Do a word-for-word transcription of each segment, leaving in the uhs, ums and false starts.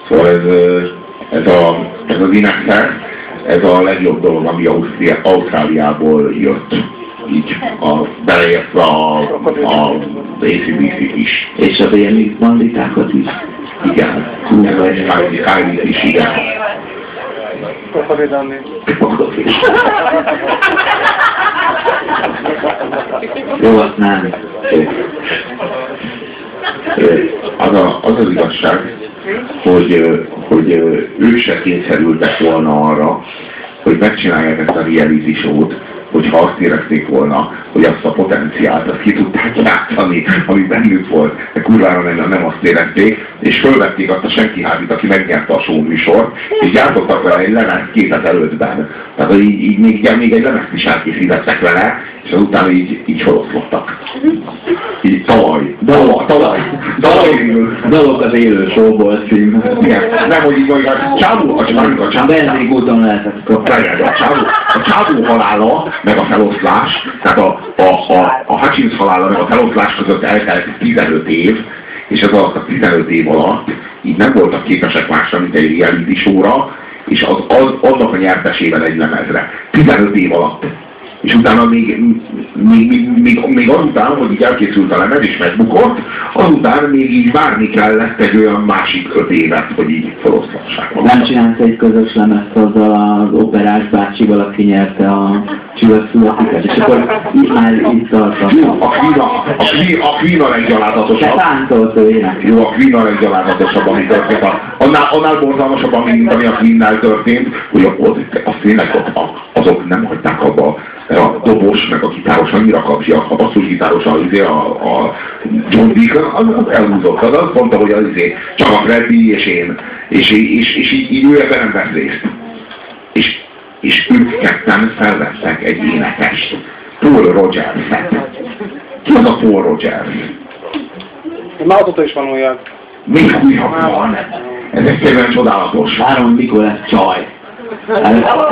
Szóval ez, ez, a, ez az énekszer, ez a legjobb dolog, ami Ausztria, Ausztráliából jött. Így a, beleértve a, a á cé dé cé-t is. És a bé em iksz banditákat is. Igen. Ez a Skyrim is, igen. Krokodil. Jó, azt nem. Az, a, az az igazság, hogy, hogy ők se kényszerültek volna arra, hogy megcsinálják ezt a reality show-t, hogyha azt érezték volna, hogy azt a potenciált, azt ki tudták játszani, ami bennük volt, de kurvára nem, nem azt érezték, és fölvették azt a senki házit, aki megnyerte a show műsort, és gyártottak vele egy lemezt kétezer-ötben. Tehát így, így még, még egy lemezt is elkészítettek vele, és azután így, így holoszlottak. Így tavaly. Tavaly. Tavaly. Dalok az élő showból cím. Igen. Nem, hogy így majd a csávó, a csávó, a csávó. Benzégúton lehetett kapni. A csávó, a csávó halála, meg a feloszlás, tehát a, a, a, a Hutchins halála, meg a feloszlás között eltelt tizenöt év, és ez alatt a tizenöt év alatt így nem voltak képesek másra, mint egy reality show-ra, és az, az, annak a nyertesével egy lemezre. tizenöt év alatt. És utána még, még, még, még, még azután, hogy így elkészült a lemez és megbukott, azután még így várni kellett egy olyan másik öt évet, hogy így feloszlassák magukat. Nem csinált egy közös lemezt azzal az operás bácsival, aki nyerte a csillagszulatikat, és akkor itt már itt tartott. Jó, a Queen a, a, Queen, a, Queen a leggyalázatosabb. Te táncolt ő ének. Jó, a Queen a leggyalázatosabb, ami történt. Annál, annál borzalmasabb, ami, ami a Queen-nel történt, hogy ott, azt tényleg ott, azok nem hagyták abba. A dobos, meg a gitáros annyira kapja, a basszusgitáros, a, a, a John Deacon, az, az elhúzott, az azt mondta, hogy az izé, csak a Freddy és én, és, és, és így, így ő ebben nem vesz részt. És, és ők ketten felvettek egy énekest, Paul Rogers-et. Ki az a Paul Rogers? Már azóta is van olyan. Még újabb van. Ez egyszerűen csodálatos. Várom, mikor lesz csaj. De,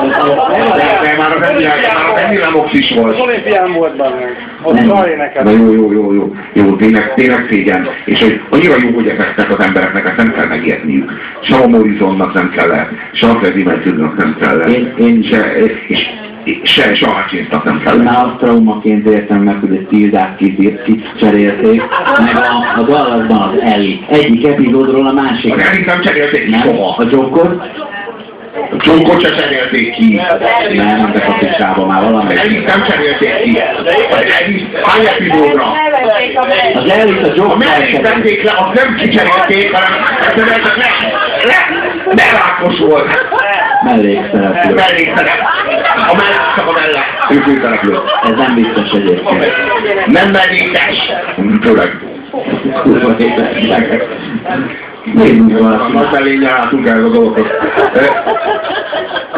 de már az ennyire mox is volt. Az olimpián volt benne. Ott csaj énekelt. Na jó, jó, jó, jó, jó, tényleg, tényleg szégyen. És hogy annyira jó, hogy ezeknek az embereknek ezt nem kell megértniük. Se a Morrisonnak nem kellett, se a Freddie Mercurynak nem kellett, Én, én se, és, se, se a Hutchinsnak nem Én kellett. már azt traumaként értem meg, hogy egy Tildát kicserélték, meg a, a Dallasban az Ellie. Egyik epizódról a másik. Az Ellie nem cserélték ki soha. A Joker? A Jonkot se cserélték ki. Nem, de a picsába már valami. Ellie nem cserélték ki. Az Ellie hány epizódra? Az Ellie a A Joker. mellét tették le, azt nem kicserélték, hanem egyszerűen csak le, le, berákos volt. Mellékszereplő. Mellékszerep. A mellett, csak a mellett. Ő főszereplő. Ez nem biztos egyébként. Nem mellékes. Főleg. Kurva élet. Nézzük, a nagy mellényel álltunk el a dolgokat.